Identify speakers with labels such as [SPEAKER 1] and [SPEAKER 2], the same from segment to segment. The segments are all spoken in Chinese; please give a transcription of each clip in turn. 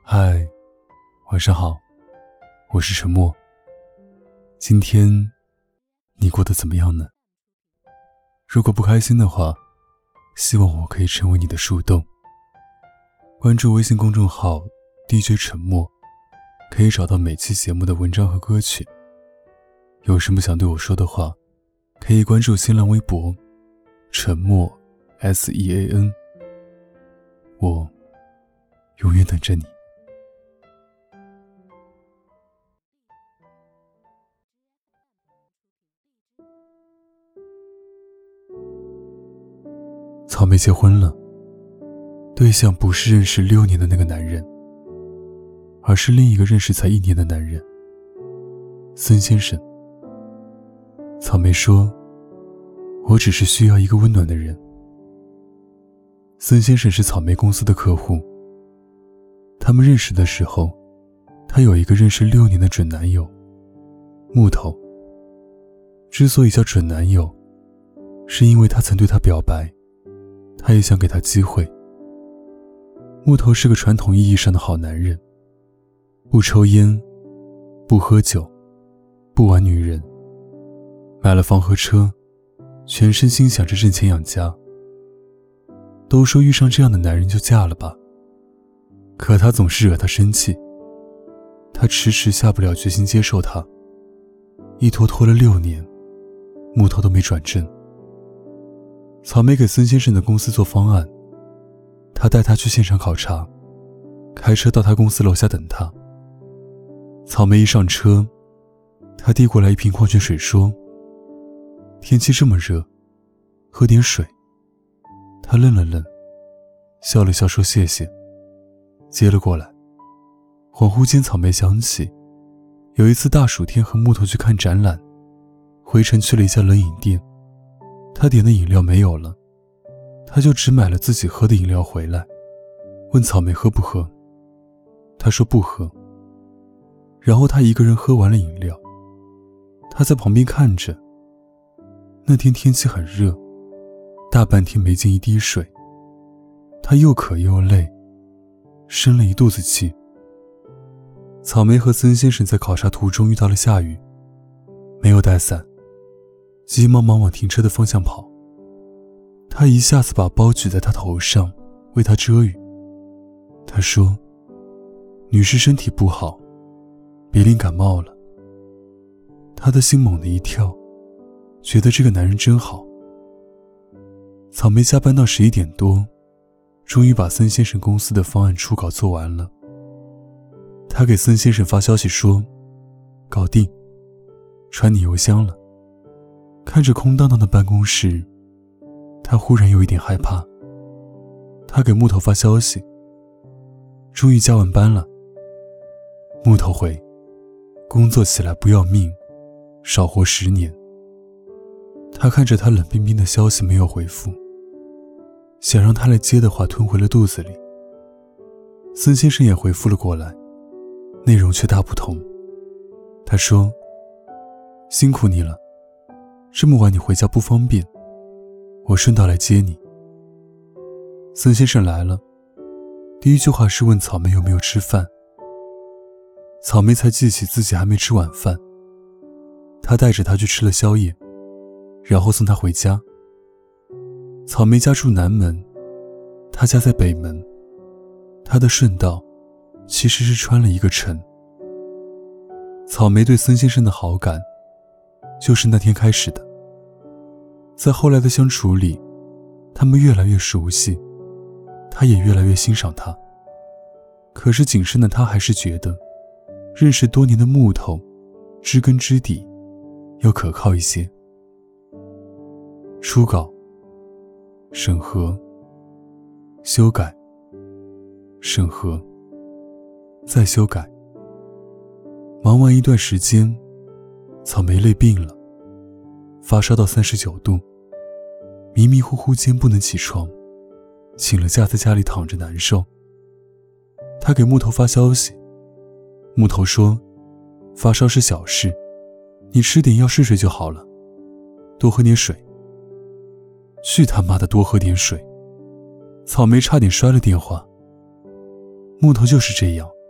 [SPEAKER 1] 嗨，晚上好，我是沉默。今天你过得怎么样呢？如果不开心的话，希望我可以成为你的树洞。关注微信公众号 DJ 沉默，可以找到每期节目的文章和歌曲。有什么想对我说的话，可以关注新浪微博沉默 SEAN， 我永远等着你。草莓结婚了，对象不是认识6年的那个男人，而是另一个认识才1年的男人，孙先生。草莓说，我只是需要一个温暖的人。孙先生是草莓公司的客户，他们认识的时候，他有一个认识6年的准男友木头。之所以叫准男友，是因为他曾对他表白，他也想给他机会。木头是个传统意义上的好男人，不抽烟，不喝酒，不玩女人，买了房和车，全身心想着挣钱养家。都说遇上这样的男人就嫁了吧，可他总是惹他生气，他迟迟下不了决心接受他，一拖了6年，木头都没转正。草莓给孙先生的公司做方案，他带他去现场考察，开车到他公司楼下等他。草莓一上车，他递过来一瓶矿泉水说，天气这么热，喝点水。他愣了愣，笑了笑说谢谢，接了过来。恍惚间草莓想起，有一次大暑天和木头去看展览，回程去了一家冷饮店，他点的饮料没有了，他就只买了自己喝的饮料回来，问草莓喝不喝。他说不喝。然后他一个人喝完了饮料，他在旁边看着。那天天气很热，大半天没进一滴水，他又渴又累，生了一肚子气。草莓和孙先生在考察途中遇到了下雨，没有带伞，急忙往停车的方向跑。他一下子把包举在他头上，为他遮雨。他说，女士身体不好，别淋感冒了。他的心猛地一跳，觉得这个男人真好。草莓加班到11点多，终于把孙先生公司的方案初稿做完了。他给孙先生发消息说，搞定，传你邮箱了。看着空荡荡的办公室，他忽然有一点害怕。他给木头发消息，终于加完班了。木头回，工作起来不要命，少活10年。他看着他冷冰冰的消息没有回复，想让他来接的话吞回了肚子里。孙先生也回复了过来，内容却大不同。他说，辛苦你了，这么晚你回家不方便，我顺道来接你。孙先生来了，第一句话是问草莓有没有吃饭。草莓才记起自己还没吃晚饭，他带着他去吃了宵夜，然后送他回家。草莓家住南门，他家在北门，他的顺道其实是穿了一个城。草莓对孙先生的好感就是那天开始的，在后来的相处里，他们越来越熟悉，他也越来越欣赏他。可是谨慎的他还是觉得认识多年的木头知根知底，要可靠一些。初稿，审核，修改，审核，再修改。忙完一段时间，草莓累病了，发烧到39度，迷迷糊糊间不能起床，请了假在家里躺着难受。他给木头发消息，木头说，发烧是小事，你吃点药睡睡就好了，多喝点水。去他妈的多喝点水！草莓差点摔了电话。木头就是这样，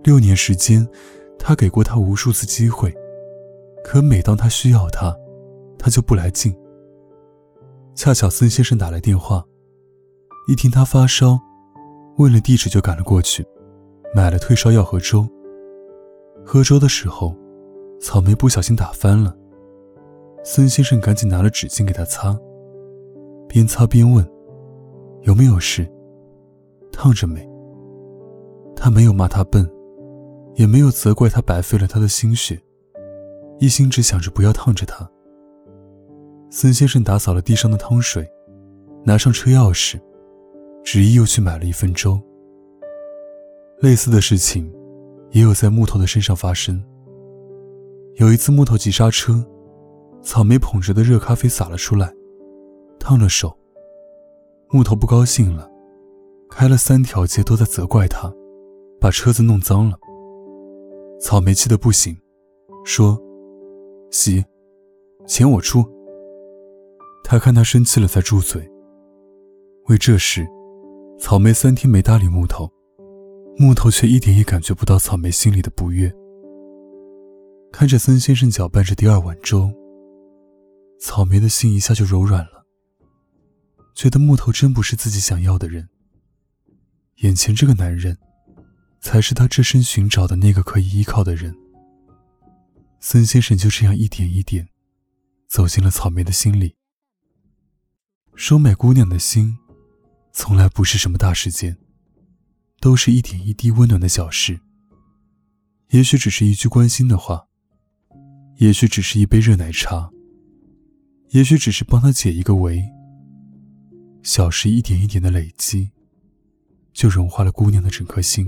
[SPEAKER 1] 6年时间，他给过他无数次机会，可每当他需要他，他就不来劲。恰巧孙先生打来电话，一听他发烧，问了地址就赶了过去，买了退烧药和粥。喝粥的时候，草莓不小心打翻了，孙先生赶紧拿了纸巾给他擦，边擦边问有没有事，烫着没。他没有骂他笨，也没有责怪他白费了他的心血，一心只想着不要烫着他。孙先生打扫了地上的汤水，拿上车钥匙，执意又去买了一份粥。类似的事情也有在木头的身上发生。有一次木头急刹车，草莓捧着的热咖啡洒了出来，烫了手。木头不高兴了，开了3条街都在责怪他，把车子弄脏了。草莓气得不行，说洗，钱我出。他看他生气了才住嘴。为这事，草莓3天没搭理木头，木头却一点也感觉不到草莓心里的不悦。看着孙先生搅拌着第2碗粥，草莓的心一下就柔软了，觉得木头真不是自己想要的人，眼前这个男人才是他这生寻找的那个可以依靠的人。孙先生就这样一点一点走进了草莓的心里。收买姑娘的心从来不是什么大事件，都是一点一滴温暖的小事。也许只是一句关心的话，也许只是一杯热奶茶，也许只是帮她解一个围。小事一点一点的累积，就融化了姑娘的整颗心。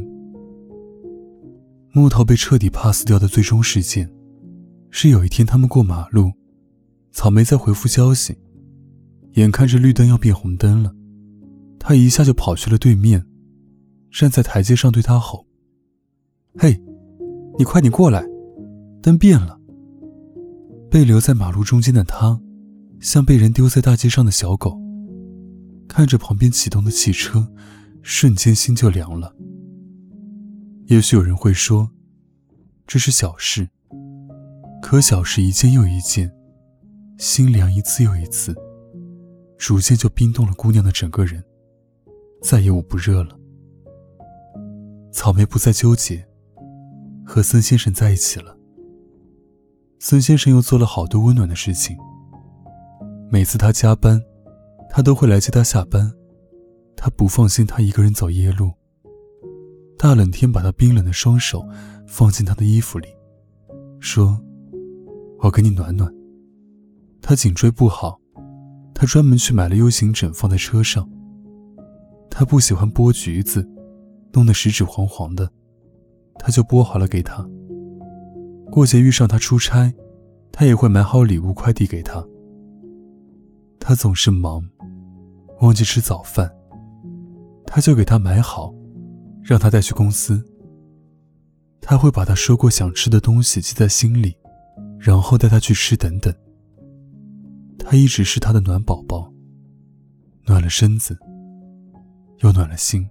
[SPEAKER 1] 木头被彻底 pass 掉的最终事件，是有一天他们过马路，草莓在回复消息，眼看着绿灯要变红灯了，他一下就跑去了对面，站在台阶上对他吼：嘿，你快点过来，灯变了。被留在马路中间的他，像被人丢在大街上的小狗，看着旁边启动的汽车，瞬间心就凉了。也许有人会说，这是小事，可小事一件又一件，心凉一次又一次，逐渐就冰冻了姑娘的整个人，再也捂不热了。草莓不再纠结，和孙先生在一起了。孙先生又做了好多温暖的事情，每次他加班，他都会来接他下班。他不放心他一个人走夜路，大冷天把他冰冷的双手放进他的衣服里，说我给你暖暖。他颈椎不好，他专门去买了 U 型枕放在车上。他不喜欢剥橘子，弄得食指黄黄的，他就剥好了给他。过节遇上他出差，他也会买好礼物快递给他。他总是忙，忘记吃早饭，他就给他买好，让他带去公司。他会把他说过想吃的东西记在心里，然后带他去吃等等。他一直是他的暖宝宝，暖了身子，又暖了心。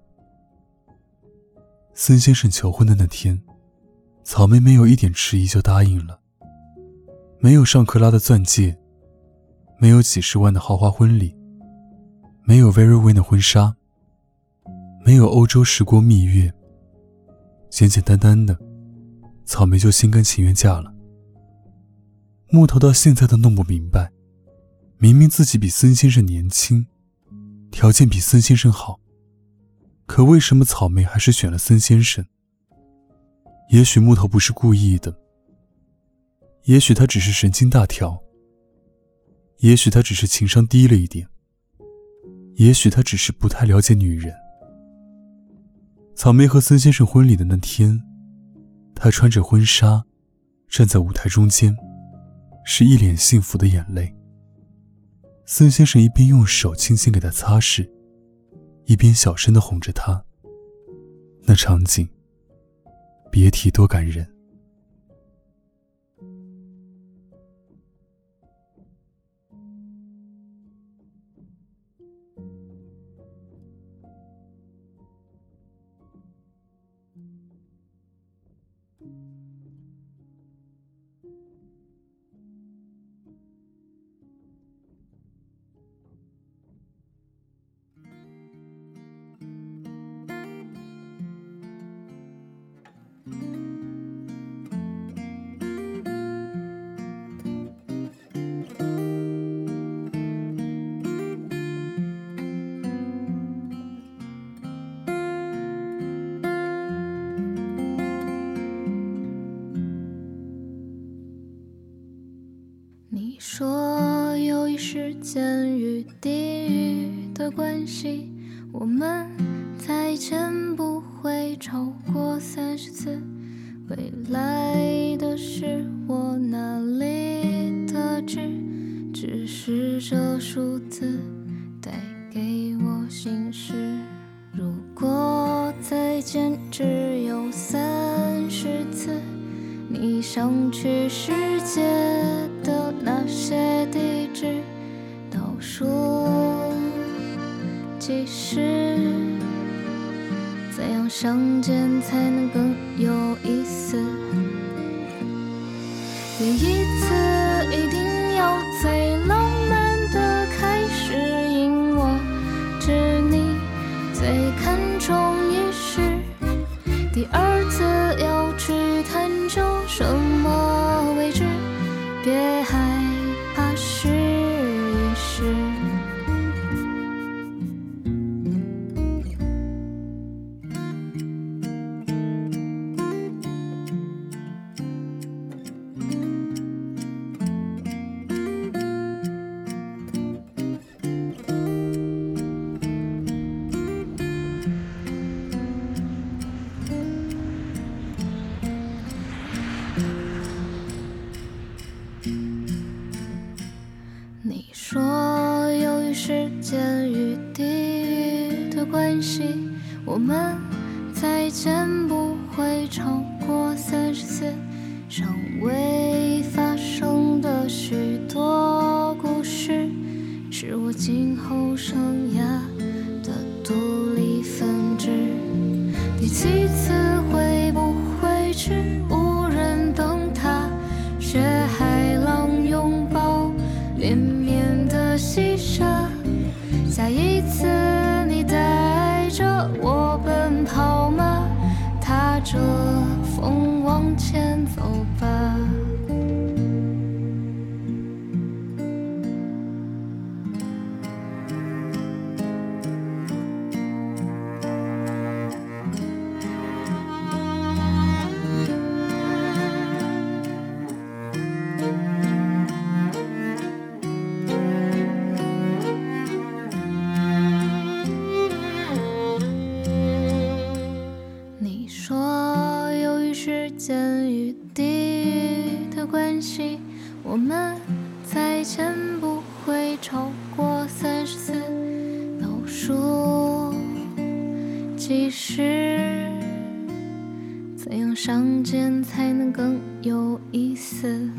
[SPEAKER 1] 孙先生求婚的那天，草莓没有一点迟疑就答应了。没有上克拉的钻戒，没有几十万的豪华婚礼，没有 Very Win 的婚纱，没有欧洲10国蜜月，简简单单的，草莓就心甘情愿嫁了。木头到现在都弄不明白，明明自己比孙先生年轻，条件比孙先生好，可为什么草莓还是选了孙先生？也许木头不是故意的，也许他只是神经大条，也许他只是情商低了一点，也许他只是不太了解女人。草莓和孙先生婚礼的那天，他穿着婚纱站在舞台中间，是一脸幸福的眼泪。孙先生一边用手轻轻给他擦拭，一边小声地哄着他。那场景别提多感人。
[SPEAKER 2] 你说由于时间与地域的关系，我们再见不会超过30次。未来的事我哪里得知？只是这数字带给我心事。如果再见只有30次，你想去世界的那些地址，倒数计时，怎样相见才能更有意思？第一次一定要最浪漫的开始，因我知你最看重仪式。第二次要去探究什么位置，别害怕试一试。你说由于时间与地域的关系，我们再见不会超过30次。尚未发生的许多故事，是我今后生涯的独立分支。第七次会不会去无人灯塔，学海浪拥抱连绵的细沙？下一次你带着我奔跑吗？踏着风往前走吧。你说由于时间与地域的关系，我们再见不会超过30次。倒数计时，怎样相见才能更有意思？